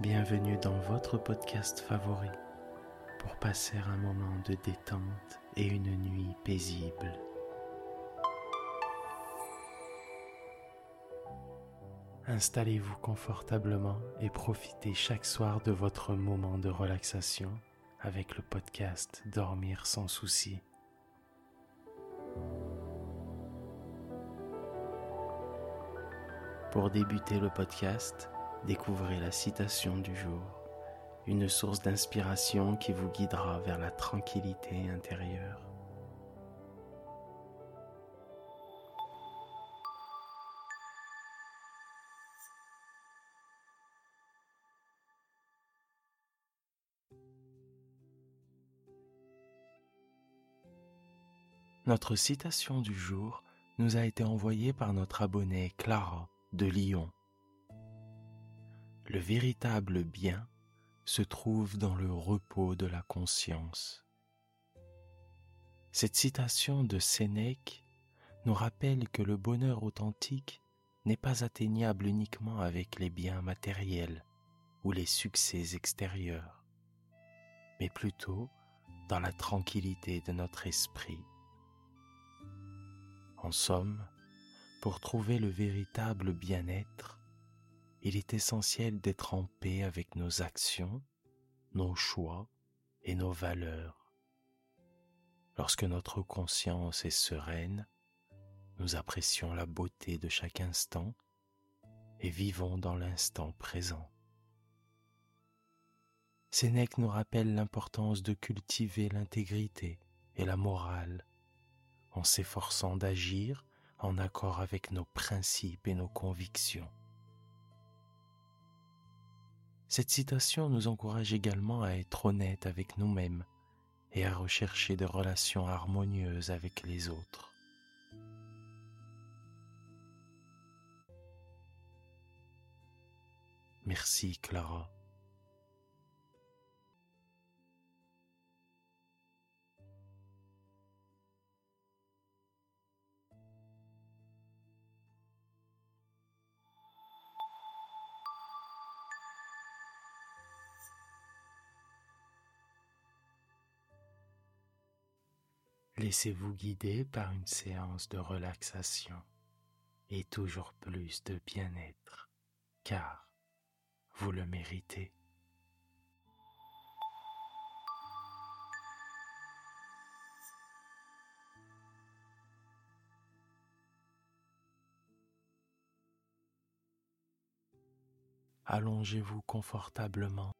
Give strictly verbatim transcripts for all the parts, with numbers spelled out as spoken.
Bienvenue dans votre podcast favori pour passer un moment de détente et une nuit paisible. Installez-vous confortablement et profitez chaque soir de votre moment de relaxation avec le podcast Dormir sans souci. Pour débuter le podcast, découvrez la citation du jour, une source d'inspiration qui vous guidera vers la tranquillité intérieure. Notre citation du jour nous a été envoyée par notre abonnée Clara de Lyon. Le véritable bien se trouve dans le repos de la conscience. Cette citation de Sénèque nous rappelle que le bonheur authentique n'est pas atteignable uniquement avec les biens matériels ou les succès extérieurs, mais plutôt dans la tranquillité de notre esprit. En somme, pour trouver le véritable bien-être, il est essentiel d'être en paix avec nos actions, nos choix et nos valeurs. Lorsque notre conscience est sereine, nous apprécions la beauté de chaque instant et vivons dans l'instant présent. Sénèque nous rappelle l'importance de cultiver l'intégrité et la morale en s'efforçant d'agir en accord avec nos principes et nos convictions. Cette citation nous encourage également à être honnêtes avec nous-mêmes et à rechercher des relations harmonieuses avec les autres. Merci Clara. Laissez-vous guider par une séance de relaxation et toujours plus de bien-être, car vous le méritez. Allongez-vous confortablement.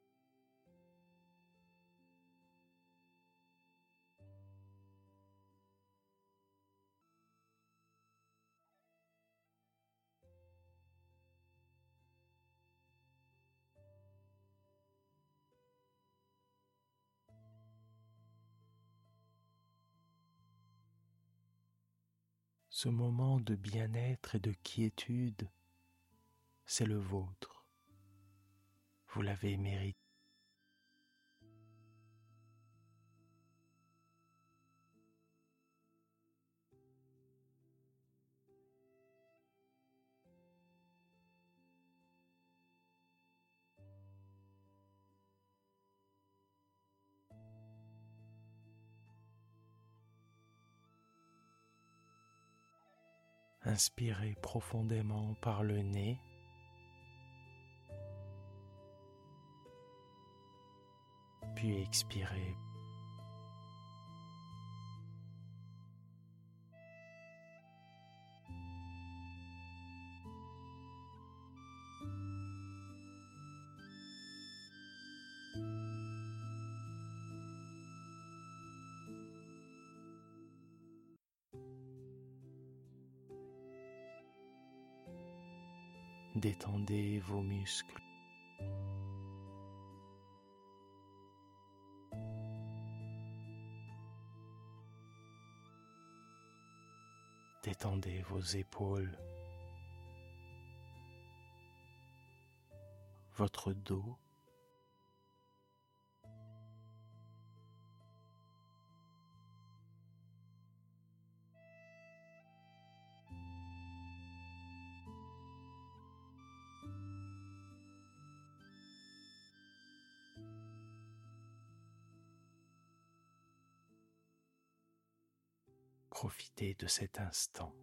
Ce moment de bien-être et de quiétude, c'est le vôtre. Vous l'avez mérité. Inspirez profondément par le nez. Puis expirez. Détendez vos muscles. Détendez vos épaules, votre dos, Profitez de cet instant.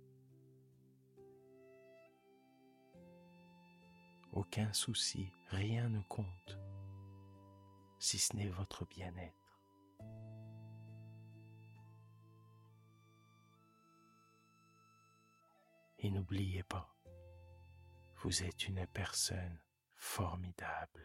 Aucun souci, rien ne compte, si ce n'est votre bien-être. Et n'oubliez pas, vous êtes une personne formidable.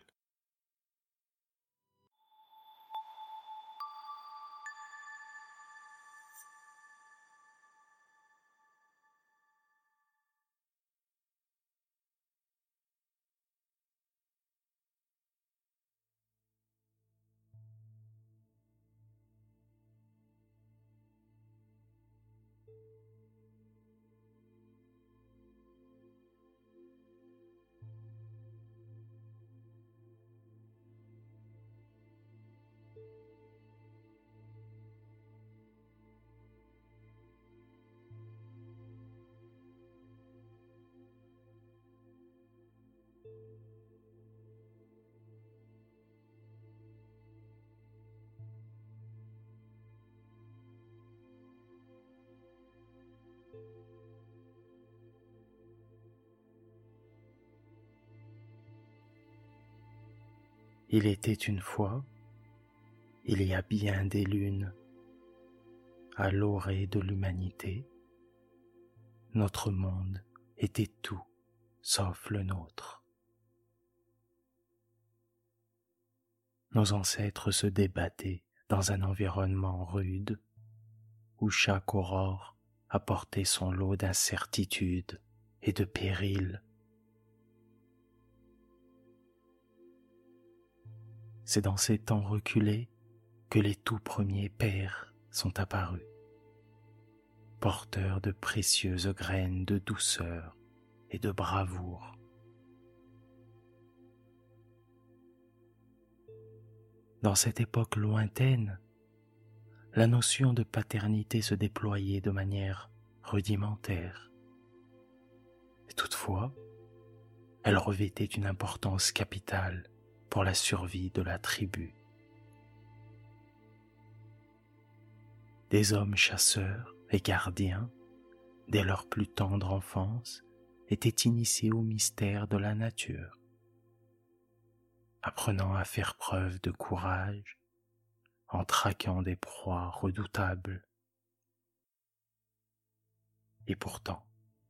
Il était une fois, il y a bien des lunes, à l'orée de l'humanité, notre monde était tout sauf le nôtre. Nos ancêtres se débattaient dans un environnement rude où chaque aurore apportait son lot d'incertitudes et de périls. C'est dans ces temps reculés que les tout premiers pères sont apparus, porteurs de précieuses graines de douceur et de bravoure. Dans cette époque lointaine, la notion de paternité se déployait de manière rudimentaire. Et toutefois, elle revêtait une importance capitale pour la survie de la tribu. Des hommes chasseurs et gardiens, dès leur plus tendre enfance, étaient initiés au mystère de la nature, apprenant à faire preuve de courage en traquant des proies redoutables. Et pourtant,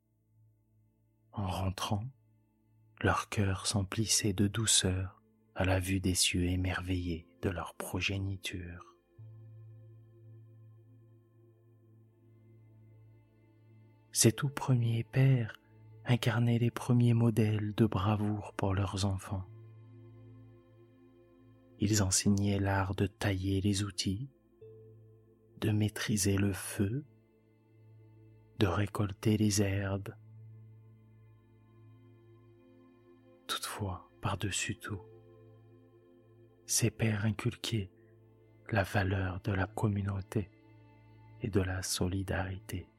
en rentrant, leur cœur s'emplissait de douceur à la vue des cieux émerveillés de leur progéniture. Ces tout premiers pères incarnaient les premiers modèles de bravoure pour leurs enfants. Ils enseignaient l'art de tailler les outils, de maîtriser le feu, de récolter les herbes. Toutefois, par-dessus tout, ces pères inculquaient la valeur de la communauté et de la solidarité.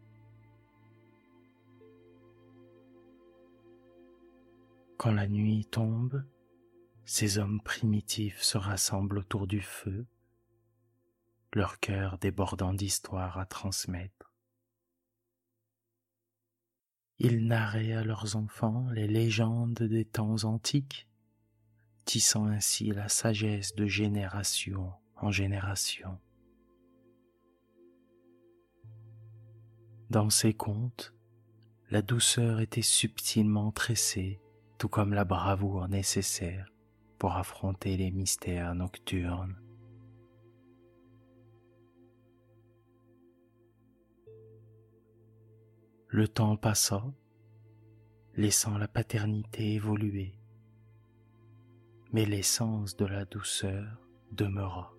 Quand la nuit tombe, ces hommes primitifs se rassemblent autour du feu, leur cœur débordant d'histoires à transmettre. Ils narraient à leurs enfants les légendes des temps antiques, tissant ainsi la sagesse de génération en génération. Dans ces contes, la douceur était subtilement tressée, tout comme la bravoure nécessaire pour affronter les mystères nocturnes. Le temps passa, laissant la paternité évoluer, mais l'essence de la douceur demeura.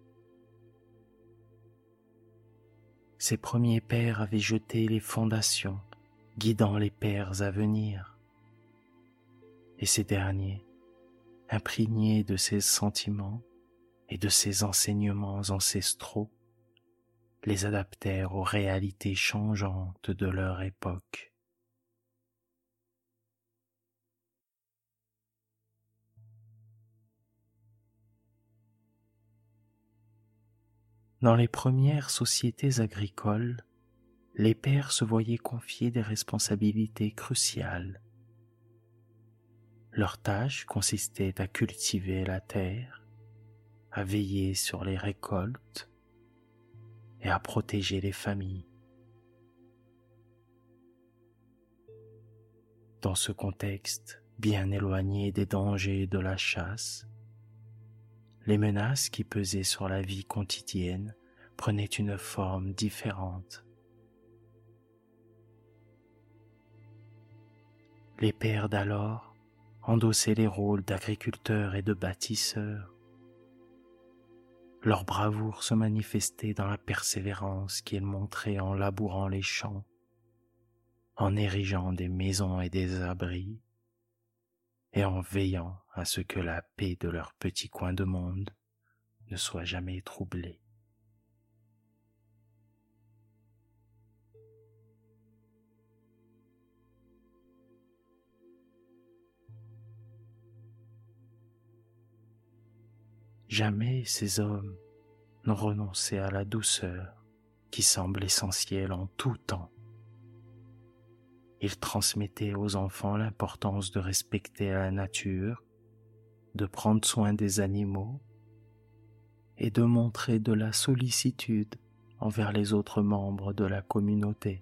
Ces premiers pères avaient jeté les fondations, guidant les pères à venir, et ces derniers, imprégnés de ces sentiments et de ces enseignements ancestraux, les adaptèrent aux réalités changeantes de leur époque. Dans les premières sociétés agricoles, les pères se voyaient confier des responsabilités cruciales. Leur tâche consistait à cultiver la terre, à veiller sur les récoltes et à protéger les familles. Dans ce contexte bien éloigné des dangers de la chasse, les menaces qui pesaient sur la vie quotidienne prenaient une forme différente. Les pères d'alors endossaient les rôles d'agriculteurs et de bâtisseurs. Leur bravoure se manifestait dans la persévérance qu'ils montraient en labourant les champs, en érigeant des maisons et des abris, et en veillant à ce que la paix de leur petit coin de monde ne soit jamais troublée. Jamais ces hommes n'ont renoncé à la douceur qui semble essentielle en tout temps. Ils transmettaient aux enfants l'importance de respecter la nature, de prendre soin des animaux et de montrer de la sollicitude envers les autres membres de la communauté.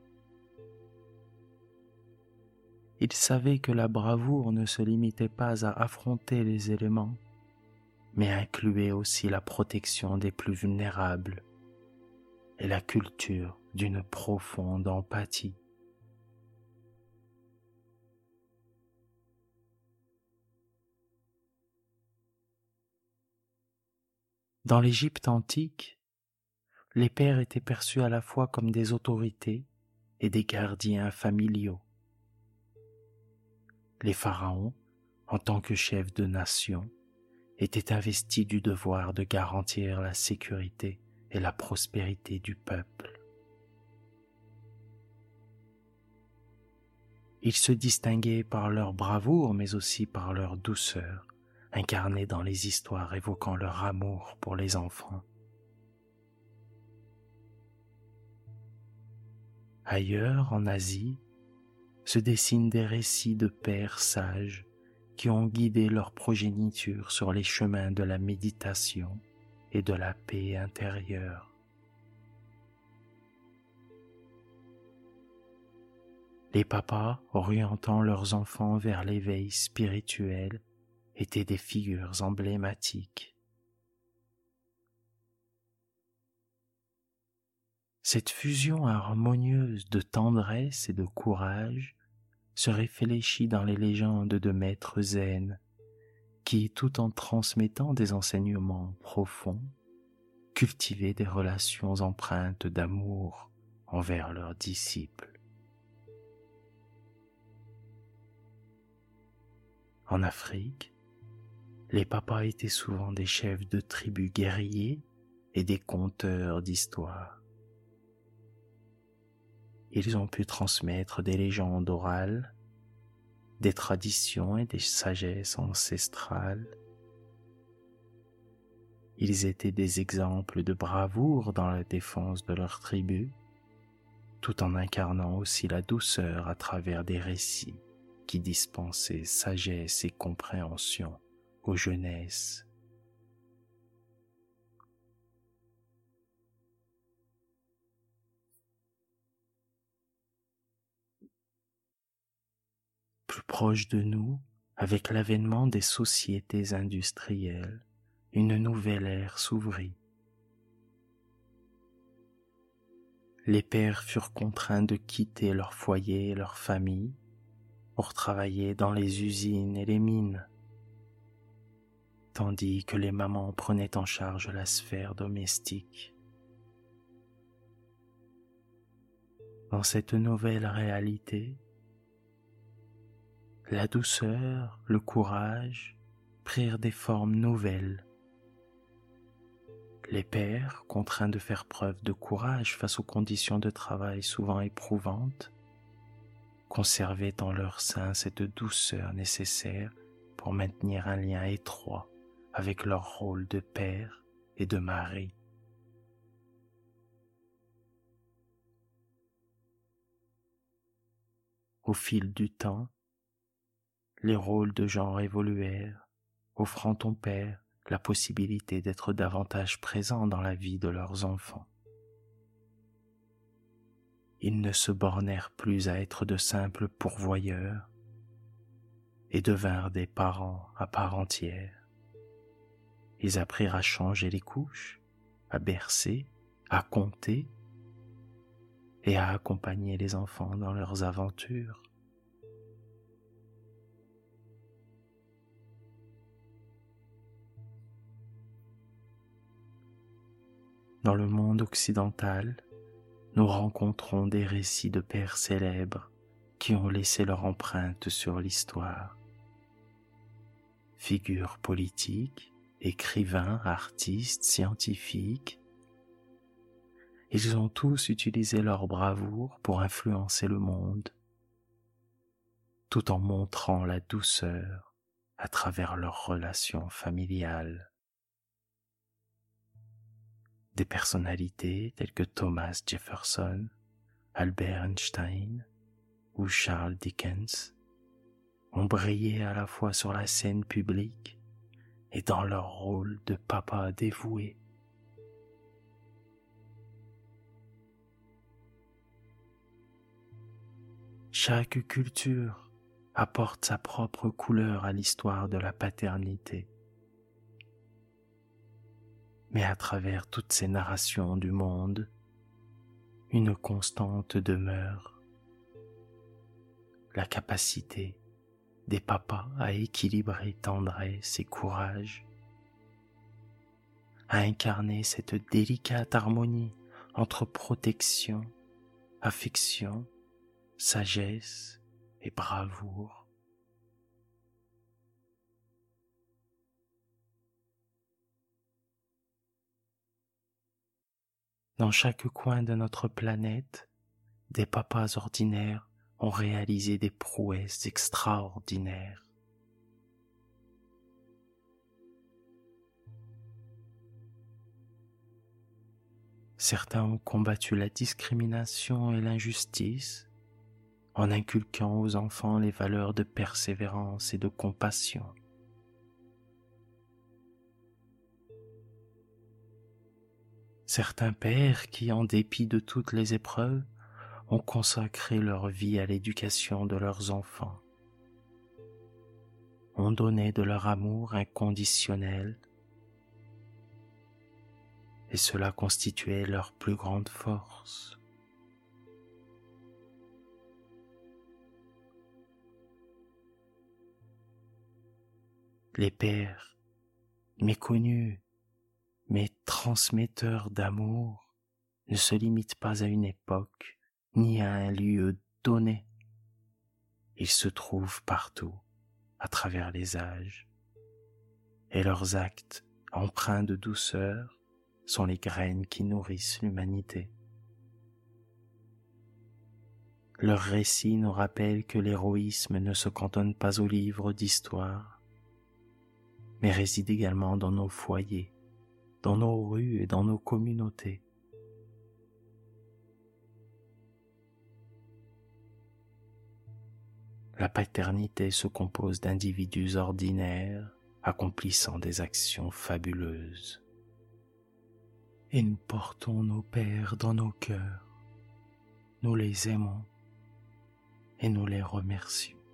Ils savaient que la bravoure ne se limitait pas à affronter les éléments, mais incluait aussi la protection des plus vulnérables et la culture d'une profonde empathie. Dans l'Égypte antique, les pères étaient perçus à la fois comme des autorités et des gardiens familiaux. Les pharaons, en tant que chefs de nation, étaient investis du devoir de garantir la sécurité et la prospérité du peuple. Ils se distinguaient par leur bravoure, mais aussi par leur douceur, incarnée dans les histoires évoquant leur amour pour les enfants. Ailleurs, en Asie, se dessinent des récits de pères sages qui ont guidé leur progéniture sur les chemins de la méditation et de la paix intérieure. Les papas, orientant leurs enfants vers l'éveil spirituel, étaient des figures emblématiques. Cette fusion harmonieuse de tendresse et de courage se réfléchit dans les légendes de maîtres zen qui, tout en transmettant des enseignements profonds, cultivaient des relations empreintes d'amour envers leurs disciples. En Afrique, les papas étaient souvent des chefs de tribus guerriers et des conteurs d'histoires. Ils ont pu transmettre des légendes orales, des traditions et des sagesses ancestrales. Ils étaient des exemples de bravoure dans la défense de leur tribu, tout en incarnant aussi la douceur à travers des récits qui dispensaient sagesse et compréhension aux jeunesses. Plus proche de nous, avec l'avènement des sociétés industrielles, une nouvelle ère s'ouvrit. Les pères furent contraints de quitter leur foyer et leur famille pour travailler dans les usines et les mines, tandis que les mamans prenaient en charge la sphère domestique. Dans cette nouvelle réalité, la douceur, le courage prirent des formes nouvelles. Les pères, contraints de faire preuve de courage face aux conditions de travail souvent éprouvantes, conservaient en leur sein cette douceur nécessaire pour maintenir un lien étroit avec leur rôle de père et de mari. Au fil du temps, les rôles de genre évoluèrent, offrant au père la possibilité d'être davantage présent dans la vie de leurs enfants. Ils ne se bornèrent plus à être de simples pourvoyeurs et devinrent des parents à part entière. Ils apprirent à changer les couches, à bercer, à compter et à accompagner les enfants dans leurs aventures. Dans le monde occidental, nous rencontrons des récits de pères célèbres qui ont laissé leur empreinte sur l'histoire. Figures politiques, écrivains, artistes, scientifiques, ils ont tous utilisé leur bravoure pour influencer le monde, tout en montrant la douceur à travers leurs relations familiales. Des personnalités telles que Thomas Jefferson, Albert Einstein ou Charles Dickens ont brillé à la fois sur la scène publique et dans leur rôle de papa dévoué. Chaque culture apporte sa propre couleur à l'histoire de la paternité. Mais à travers toutes ces narrations du monde, une constante demeure: la capacité des papas à équilibrer tendresse et courage, à incarner cette délicate harmonie entre protection, affection, sagesse et bravoure. Dans chaque coin de notre planète, des papas ordinaires ont réalisé des prouesses extraordinaires. Certains ont combattu la discrimination et l'injustice en inculquant aux enfants les valeurs de persévérance et de compassion. Certains pères qui, en dépit de toutes les épreuves, ont consacré leur vie à l'éducation de leurs enfants, ont donné de leur amour inconditionnel, et cela constituait leur plus grande force. Les pères, méconnus, mais transmetteurs d'amour, ne se limitent pas à une époque ni à un lieu donné. Ils se trouvent partout, à travers les âges, et leurs actes, empreints de douceur, sont les graines qui nourrissent l'humanité. Leurs récits nous rappellent que l'héroïsme ne se cantonne pas aux livres d'histoire, mais réside également dans nos foyers, dans nos rues et dans nos communautés. La paternité se compose d'individus ordinaires accomplissant des actions fabuleuses. Et nous portons nos pères dans nos cœurs, nous les aimons et nous les remercions.